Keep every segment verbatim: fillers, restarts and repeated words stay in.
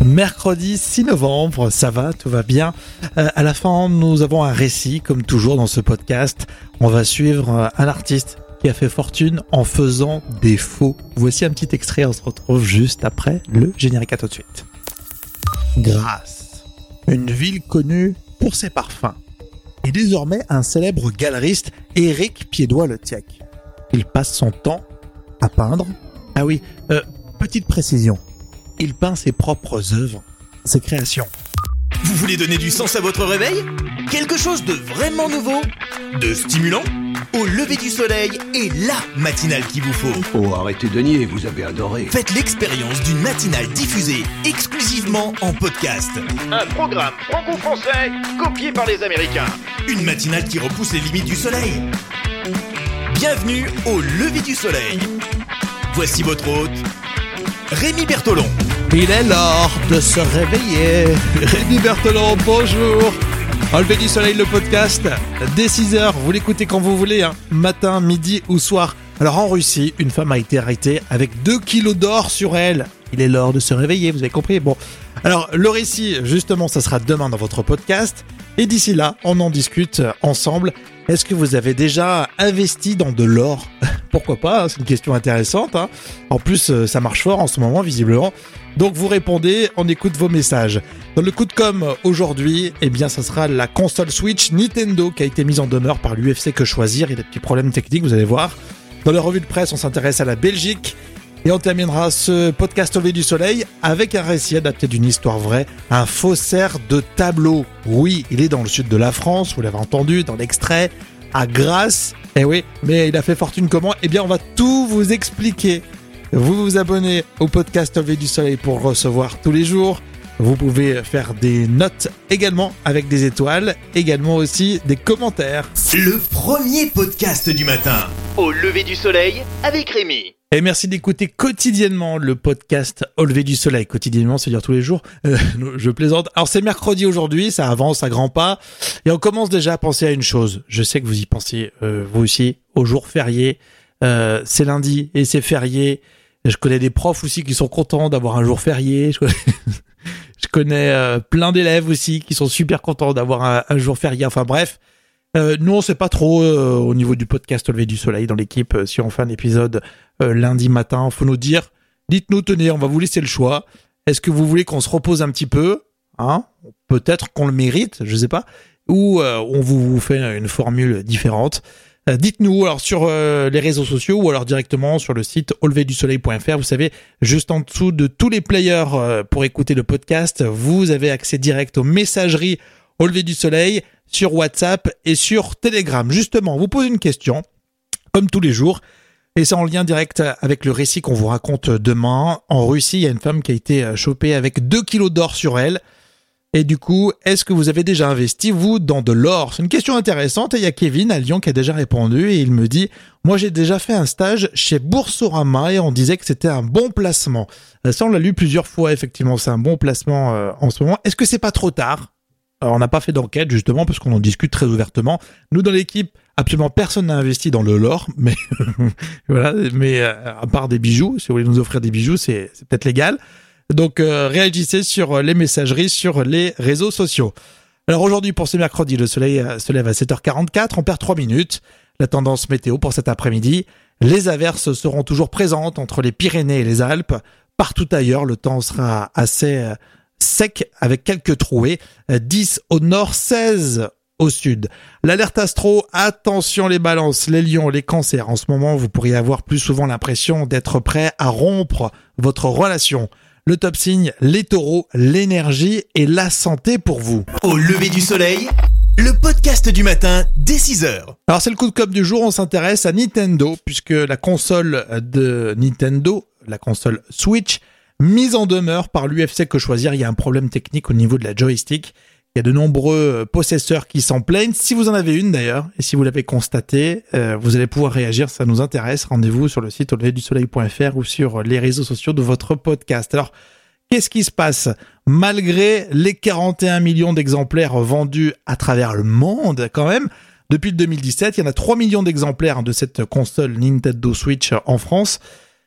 Mercredi six novembre, ça va, tout va bien. Euh, à la fin, nous avons un récit, comme toujours dans ce podcast. On va suivre un artiste qui a fait fortune en faisant des faux. Voici un petit extrait, on se retrouve juste après le générique. À tout de suite. Grasse, une ville connue pour ses parfums. Et désormais un célèbre galeriste, Éric Piédois-Le Tiec. Il passe son temps à peindre. Ah oui, euh, petite précision. Il peint ses propres œuvres, ses créations. Vous voulez donner du sens à votre réveil ? Quelque chose de vraiment nouveau ? De stimulant ? Au lever du soleil est la matinale qu'il vous faut. Oh, arrêtez de nier, vous avez adoré. Faites l'expérience d'une matinale diffusée exclusivement en podcast. Un programme franco-français copié par les Américains. Une matinale qui repousse les limites du soleil. Bienvenue au lever du soleil. Voici votre hôte, Rémi Bertolon. Il est l'heure de se réveiller. Rémi Bertolon, bonjour. Au lever du soleil, le podcast, dès six heures, vous l'écoutez quand vous voulez, hein, matin, midi ou soir. Alors en Russie, une femme a été arrêtée avec deux kilos d'or sur elle. Il est l'heure de se réveiller, vous avez compris ? Bon, alors le récit, justement, ça sera demain dans votre podcast. Et d'ici là, on en discute ensemble. Est-ce que vous avez déjà investi dans de l'or ? Pourquoi pas, c'est une question intéressante. Hein. En plus, ça marche fort en ce moment, visiblement. Donc vous répondez, on écoute vos messages. Dans le coup de com' aujourd'hui, eh bien ça sera la console Switch Nintendo qui a été mise en demeure par l'U F C Que Choisir. Il y a des petits problèmes techniques, vous allez voir. Dans la revue de presse, on s'intéresse à la Belgique. Et on terminera ce podcast au lever du soleil avec un récit adapté d'une histoire vraie, un faussaire de tableau. Oui, il est dans le sud de la France, vous l'avez entendu dans l'extrait, à Grasse. Eh oui, mais il a fait fortune comment ? Eh bien, on va tout vous expliquer. Vous vous abonnez au podcast au lever du soleil pour recevoir tous les jours. Vous pouvez faire des notes également avec des étoiles, également aussi des commentaires. Le premier podcast du matin. Au lever du soleil avec Rémi. Et merci d'écouter quotidiennement le podcast Au lever du soleil. Quotidiennement, c'est-à-dire tous les jours. Euh, je plaisante. Alors c'est mercredi aujourd'hui, ça avance à grands pas. Et on commence déjà à penser à une chose. Je sais que vous y pensez, euh, vous aussi, au jour férié. Euh, c'est lundi et c'est férié. Je connais des profs aussi qui sont contents d'avoir un jour férié. Je connais, je connais euh, plein d'élèves aussi qui sont super contents d'avoir un, un jour férié. Enfin bref. Euh, nous, on sait pas trop euh, au niveau du podcast Au lever du soleil dans l'équipe euh, si on fait un épisode euh, lundi matin. Faut nous dire, dites-nous, tenez, on va vous laisser le choix. Est-ce que vous voulez qu'on se repose un petit peu, hein ? Peut-être qu'on le mérite, je sais pas, ou euh, on vous, vous fait une formule différente. Euh, dites-nous alors sur euh, les réseaux sociaux ou alors directement sur le site au lever du soleil point f r. Vous savez, juste en dessous de tous les players euh, pour écouter le podcast, vous avez accès direct aux messageries Au lever du soleil, sur WhatsApp et sur Telegram. Justement, on vous pose une question, comme tous les jours, et c'est en lien direct avec le récit qu'on vous raconte demain. En Russie, il y a une femme qui a été chopée avec deux kilos d'or sur elle. Et du coup, est-ce que vous avez déjà investi, vous, dans de l'or ? C'est une question intéressante, et il y a Kevin à Lyon qui a déjà répondu, et il me dit « Moi, j'ai déjà fait un stage chez Boursorama, et on disait que c'était un bon placement. » Ça, on l'a lu plusieurs fois, effectivement, c'est un bon placement euh, en ce moment. Est-ce que c'est pas trop tard ? Alors, on n'a pas fait d'enquête, justement, parce qu'on en discute très ouvertement. Nous, dans l'équipe, absolument personne n'a investi dans le l'or, mais voilà, mais euh, à part des bijoux, si vous voulez nous offrir des bijoux, c'est, c'est peut-être légal. Donc, euh, réagissez sur les messageries, sur les réseaux sociaux. Alors, aujourd'hui, pour ce mercredi, le soleil euh, se lève à sept heures quarante-quatre, on perd trois minutes. La tendance météo pour cet après-midi, les averses seront toujours présentes entre les Pyrénées et les Alpes. Partout ailleurs, le temps sera assez... Euh, sec avec quelques trouées, dix au nord, seize au sud. L'alerte astro, attention les balances, les lions, les cancers. En ce moment, vous pourriez avoir plus souvent l'impression d'être prêt à rompre votre relation. Le top signe, les taureaux, l'énergie et la santé pour vous. Au lever du soleil, le podcast du matin dès six heures. Alors c'est le coup de com' du jour, on s'intéresse à Nintendo, puisque la console de Nintendo, la console Switch, mise en demeure par l'U F C Que Choisir. Il y a un problème technique au niveau de la joystick. Il y a de nombreux possesseurs qui s'en plaignent. Si vous en avez une d'ailleurs, et si vous l'avez constaté, euh, vous allez pouvoir réagir, ça nous intéresse. Rendez-vous sur le site au lever du soleil point f r ou sur les réseaux sociaux de votre podcast. Alors, qu'est-ce qui se passe ? Malgré les quarante et un millions d'exemplaires vendus à travers le monde, quand même, depuis le deux mille dix-sept, il y en a trois millions d'exemplaires de cette console Nintendo Switch en France.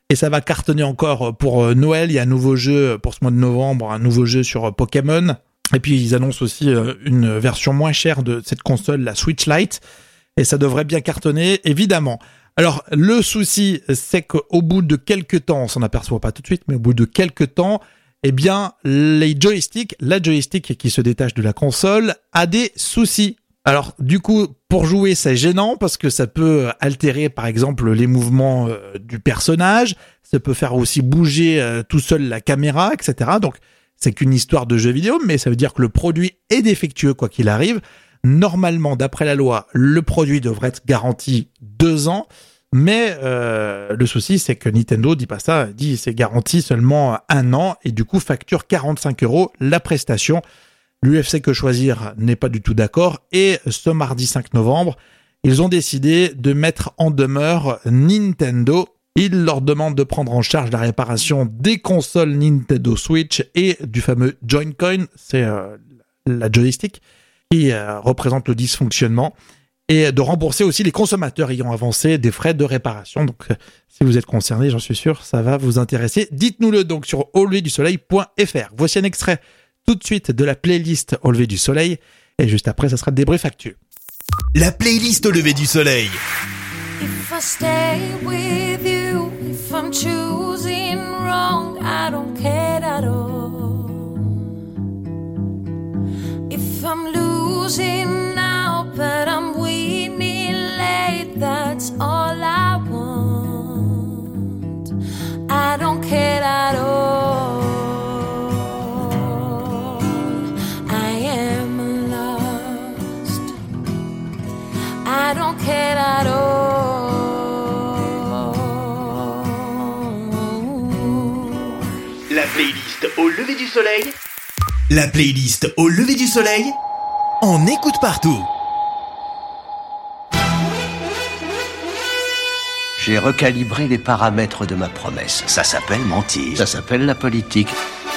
Et ça va cartonner encore pour Noël. Il y a un nouveau jeu pour ce mois de novembre, un nouveau jeu sur Pokémon. Et puis ils annoncent aussi une version moins chère de cette console, la Switch Lite. Et ça devrait bien cartonner, évidemment. Alors, le souci, c'est qu'au bout de quelques temps, on s'en aperçoit pas tout de suite, mais au bout de quelques temps, eh bien, les joysticks, la joystick qui se détache de la console, a des soucis. Alors, du coup, pour jouer, c'est gênant parce que ça peut altérer, par exemple, les mouvements euh, du personnage. Ça peut faire aussi bouger euh, tout seul la caméra, et cetera. Donc, c'est qu'une histoire de jeu vidéo, mais ça veut dire que le produit est défectueux, quoi qu'il arrive. Normalement, d'après la loi, le produit devrait être garanti deux ans. Mais euh, le souci, c'est que Nintendo dit pas ça, dit c'est garanti seulement un an et du coup facture quarante-cinq euros la prestation. L'U F C Que Choisir n'est pas du tout d'accord et ce mardi cinq novembre, ils ont décidé de mettre en demeure Nintendo. Ils leur demandent de prendre en charge la réparation des consoles Nintendo Switch et du fameux Joy-Con, c'est euh, la joystick qui euh, représente le dysfonctionnement. Et de rembourser aussi les consommateurs ayant avancé des frais de réparation. Donc, euh, si vous êtes concerné, j'en suis sûr, ça va vous intéresser. Dites-nous-le donc sur au lever du soleil point f r. Voici un extrait tout de suite de la playlist Au lever du soleil. Et juste après, ça sera le débrief actu. La playlist Au lever du soleil. If I stay with you, if I'm choosing wrong, I don't care at all. If I'm losing now, but I'm winning late, that's all I want. I don't care at all. I am lost. I don't care at all. La playlist Au lever du soleil. La playlist Au lever du soleil. On écoute partout. J'ai recalibré les paramètres de ma promesse. Ça s'appelle mentir. Ça s'appelle la politique.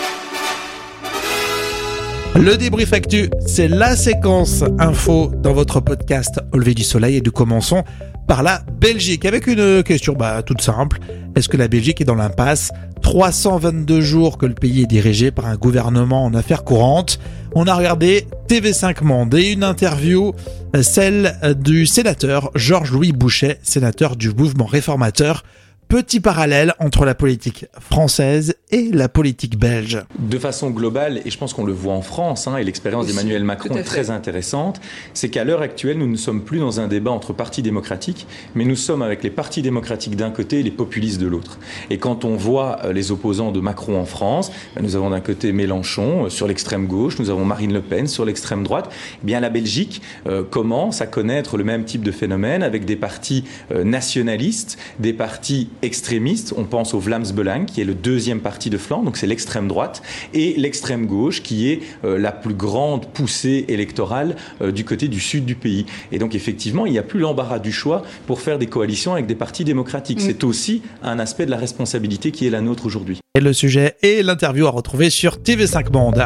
Le débrief actu, c'est la séquence info dans votre podcast Au lever du soleil et nous commençons par la Belgique avec une question bah, toute simple. Est-ce que la Belgique est dans l'impasse ? trois cent vingt-deux jours que le pays est dirigé par un gouvernement en affaires courantes. On a regardé T V cinq Monde et une interview, celle du sénateur Georges-Louis Bouchet, sénateur du mouvement réformateur. Petit parallèle entre la politique française et la politique belge. De façon globale, et je pense qu'on le voit en France, hein, et l'expérience Aussi, d'Emmanuel Macron est très intéressante, c'est qu'à l'heure actuelle, nous ne sommes plus dans un débat entre partis démocratiques, mais nous sommes avec les partis démocratiques d'un côté et les populistes de l'autre. Et quand on voit les opposants de Macron en France, ben nous avons d'un côté Mélenchon euh, sur l'extrême gauche, nous avons Marine Le Pen sur l'extrême droite. Eh bien, la Belgique euh, commence à connaître le même type de phénomène avec des partis euh, nationalistes, des partis extrémistes, on pense au Vlaams Belang, qui est le deuxième parti de flanc, donc c'est l'extrême droite, et l'extrême gauche, qui est euh, la plus grande poussée électorale euh, du côté du sud du pays. Et donc effectivement, il n'y a plus l'embarras du choix pour faire des coalitions avec des partis démocratiques. Mmh. C'est aussi un aspect de la responsabilité qui est la nôtre aujourd'hui. Et le sujet et l'interview à retrouver sur T V cinq Monde.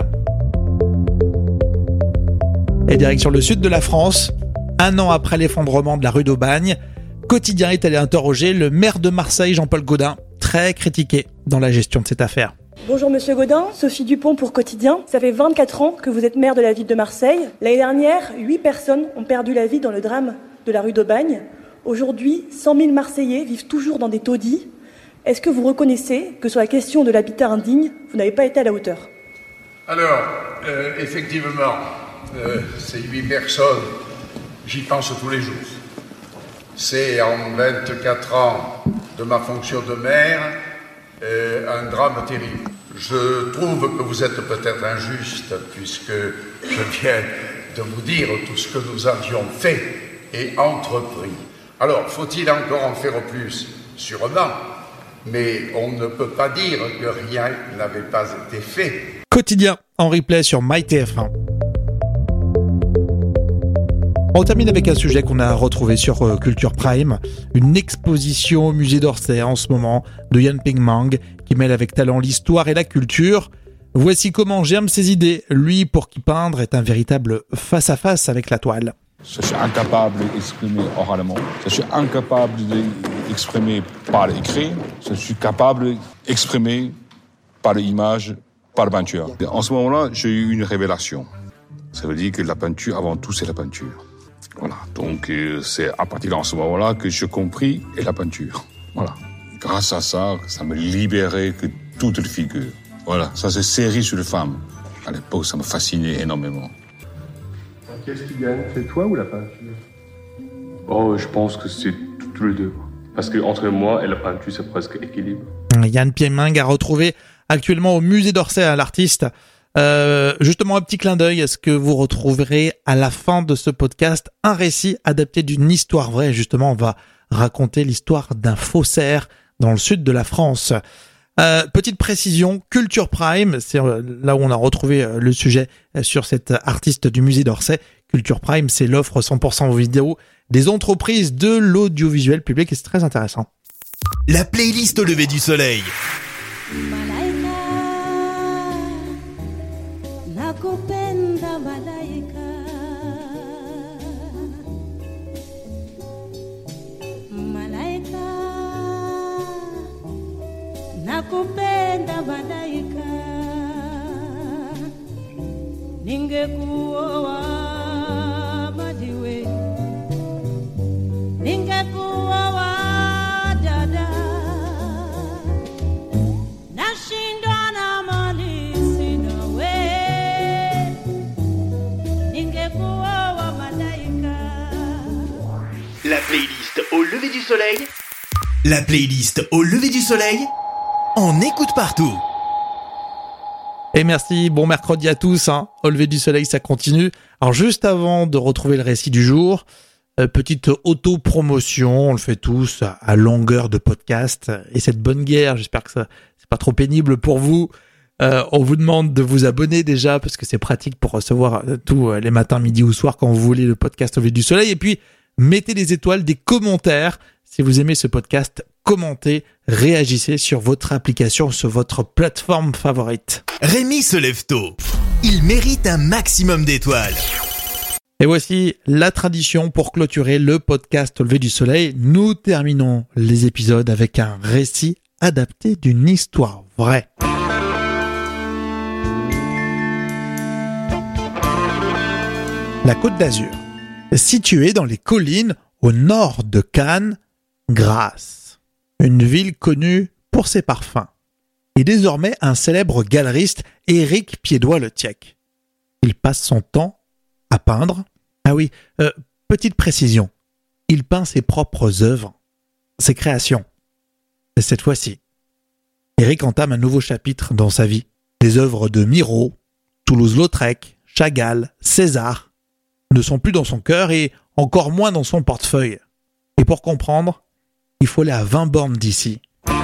Et direction le sud de la France, un an après l'effondrement de la rue d'Aubagne, Quotidien est allé interroger le maire de Marseille, Jean-Paul Gaudin, très critiqué dans la gestion de cette affaire. Bonjour Monsieur Gaudin, Sophie Dupont pour Quotidien. Ça fait vingt-quatre ans que vous êtes maire de la ville de Marseille. L'année dernière, huit personnes ont perdu la vie dans le drame de la rue d'Aubagne. Aujourd'hui, cent mille Marseillais vivent toujours dans des taudis. Est-ce que vous reconnaissez que sur la question de l'habitat indigne, vous n'avez pas été à la hauteur ? Alors, euh, effectivement, euh, ces huit personnes, j'y pense tous les jours. C'est en vingt-quatre ans de ma fonction de maire euh, un drame terrible. Je trouve que vous êtes peut-être injuste puisque je viens de vous dire tout ce que nous avions fait et entrepris. Alors, faut-il encore en faire plus ? Sûrement, mais on ne peut pas dire que rien n'avait pas été fait. Quotidien en replay sur MyTF un. On termine avec un sujet qu'on a retrouvé sur euh, Culture Prime, une exposition au musée d'Orsay en ce moment de Yan Ping Mang qui mêle avec talent l'histoire et la culture. Voici comment germent ses idées, lui pour qui peindre est un véritable face-à-face avec la toile. Je suis incapable d'exprimer oralement, je suis incapable de exprimer par l'écrit, je suis capable d'exprimer par l'image, par la peinture. En ce moment-là, j'ai eu une révélation. Ça veut dire que la peinture, avant tout, c'est la peinture. Voilà. Donc, euh, c'est à partir de ce moment-là que j'ai compris et la peinture. Voilà. Grâce à ça, ça me libérait que toutes les figures. Voilà. Ça, c'est série sur les femmes. À l'époque, ça me fascinait énormément. Qu'est-ce qui gagne, c'est toi ou la peinture? Oh, je pense que c'est tous les deux. Parce que entre moi et la peinture, c'est presque équilibre. Yann Pieming a retrouvé actuellement au musée d'Orsay à l'artiste. Euh, justement, un petit clin d'œil à ce que vous retrouverez à la fin de ce podcast, un récit adapté d'une histoire vraie. Justement, on va raconter l'histoire d'un faussaire dans le sud de la France. Euh, petite précision, Culture Prime, c'est là où on a retrouvé le sujet sur cet artiste du musée d'Orsay. Culture Prime, c'est l'offre cent pour cent vidéo des entreprises de l'audiovisuel public et c'est très intéressant. La playlist au lever du soleil. Nakupenda malaika, malaika, nakupenda malaika, ningekuoa madiwe, ningekuoa dada, nashindwa na mali sina we, ningekuoa malaika. La playlist au lever du soleil. La playlist au lever du soleil. On écoute partout. Et merci, bon mercredi à tous, hein. Au lever du soleil, ça continue. Alors juste avant de retrouver le récit du jour, euh, petite auto-promotion, on le fait tous à, à longueur de podcast. Et cette bonne guerre, j'espère que ça c'est pas trop pénible pour vous. Euh, on vous demande de vous abonner déjà, parce que c'est pratique pour recevoir euh, tout euh, les matins, midi ou soir quand vous voulez le podcast au lever du soleil. Et puis, mettez des étoiles, des commentaires. Si vous aimez ce podcast, commentez, réagissez sur votre application, sur votre plateforme favorite. Rémi se lève tôt. Il mérite un maximum d'étoiles. Et voici la tradition pour clôturer le podcast au lever du soleil. Nous terminons les épisodes avec un récit adapté d'une histoire vraie. La Côte d'Azur, située dans les collines au nord de Cannes, Grasse, une ville connue pour ses parfums, et désormais un célèbre galeriste, Éric Piédois-Le-Tiec. Il passe son temps à peindre. Ah oui, euh, petite précision, il peint ses propres œuvres, ses créations. Et cette fois-ci, Éric entame un nouveau chapitre dans sa vie. Les œuvres de Miro, Toulouse-Lautrec, Chagall, César ne sont plus dans son cœur et encore moins dans son portefeuille. Et pour comprendre, il faut aller à vingt bornes d'ici.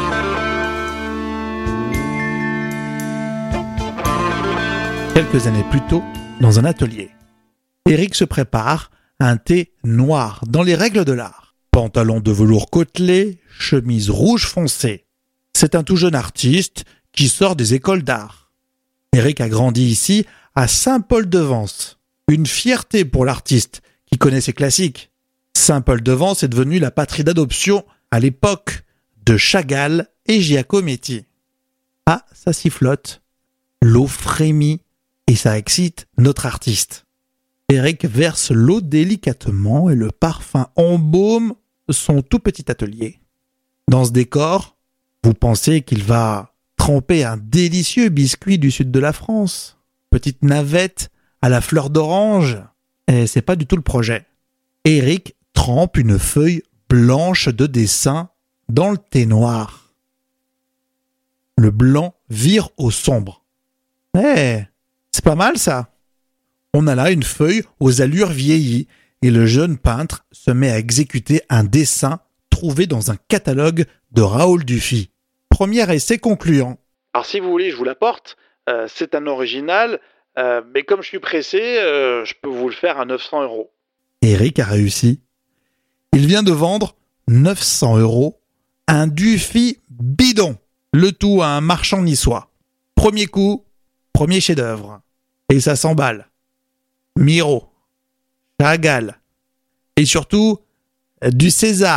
Quelques années plus tôt, dans un atelier, Éric se prépare à un thé noir dans les règles de l'art. Pantalon de velours côtelé, chemise rouge foncé. C'est un tout jeune artiste qui sort des écoles d'art. Éric a grandi ici, à Saint-Paul-de-Vence. Une fierté pour l'artiste qui connaît ses classiques. Saint-Paul-de-Vence est devenu la patrie d'adoption à l'époque de Chagall et Giacometti. Ah, ça sifflote. L'eau frémit et ça excite notre artiste. Éric verse l'eau délicatement et le parfum embaume son tout petit atelier. Dans ce décor, vous pensez qu'il va tremper un délicieux biscuit du sud de la France. Petite navette à la fleur d'orange. Et c'est pas du tout le projet. Éric trempe une feuille blanche de dessin dans le thé noir. Le blanc vire au sombre. Eh, c'est pas mal ça. On a là une feuille aux allures vieillies et le jeune peintre se met à exécuter un dessin trouvé dans un catalogue de Raoul Dufy. Premier essai concluant. Alors si vous voulez, je vous l'apporte. Euh, c'est un original, euh, mais comme je suis pressé, euh, je peux vous le faire à neuf cents euros. Éric a réussi. Il vient de vendre neuf cents euros un Dufy bidon. Le tout à un marchand niçois. Premier coup, premier chef-d'œuvre. Et ça s'emballe. Miro, Chagall. Et surtout, du César,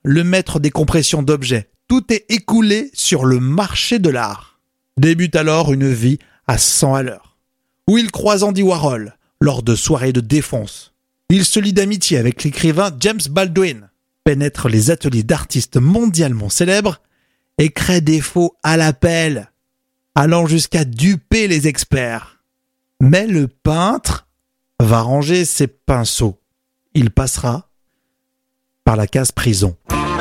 le maître des compressions d'objets. Tout est écoulé sur le marché de l'art. Débute alors une vie à cent à l'heure, où il croise Andy Warhol lors de soirées de défonce. Il se lie d'amitié avec l'écrivain James Baldwin, pénètre les ateliers d'artistes mondialement célèbres et crée des faux à l'appel, allant jusqu'à duper les experts. Mais le peintre va ranger ses pinceaux. Il passera par la case prison.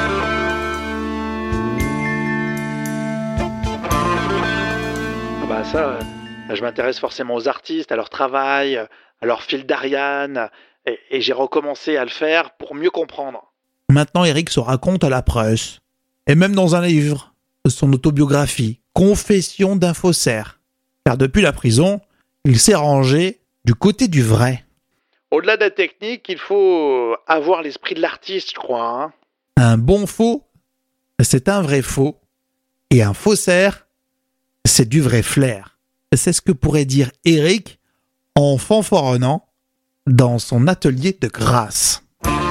Bah ça, je m'intéresse forcément aux artistes, à leur travail, à leur fil d'Ariane, et, et j'ai recommencé à le faire pour mieux comprendre. Maintenant, Eric se raconte à la presse, et même dans un livre, son autobiographie, Confession d'un faussaire. Car depuis la prison, il s'est rangé du côté du vrai. Au-delà de la technique, il faut avoir l'esprit de l'artiste, je crois. Hein. Un bon faux, c'est un vrai faux. Et un faussaire, c'est du vrai flair. C'est ce que pourrait dire Eric en fanfaronnant dans son atelier de grâce.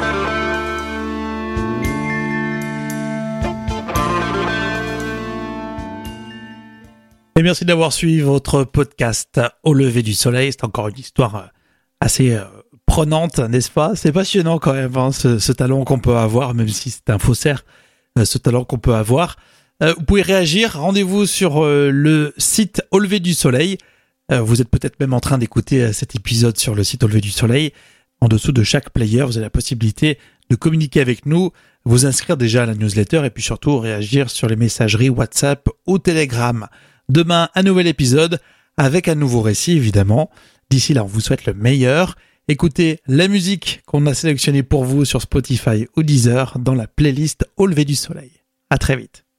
Et merci d'avoir suivi votre podcast Au lever du soleil. C'est encore une histoire assez prenante, n'est-ce pas ? C'est passionnant quand même, hein, ce, ce talent qu'on peut avoir, même si c'est un faussaire, ce talent qu'on peut avoir. Euh, vous pouvez réagir, rendez-vous sur euh, le site Au lever du soleil. Euh, vous êtes peut-être même en train d'écouter euh, cet épisode sur le site Au lever du soleil. En dessous de chaque player, vous avez la possibilité de communiquer avec nous, vous inscrire déjà à la newsletter et puis surtout réagir sur les messageries WhatsApp ou Telegram. Demain, un nouvel épisode avec un nouveau récit évidemment. D'ici là, on vous souhaite le meilleur. Écoutez la musique qu'on a sélectionnée pour vous sur Spotify ou Deezer dans la playlist Au lever du soleil. À très vite.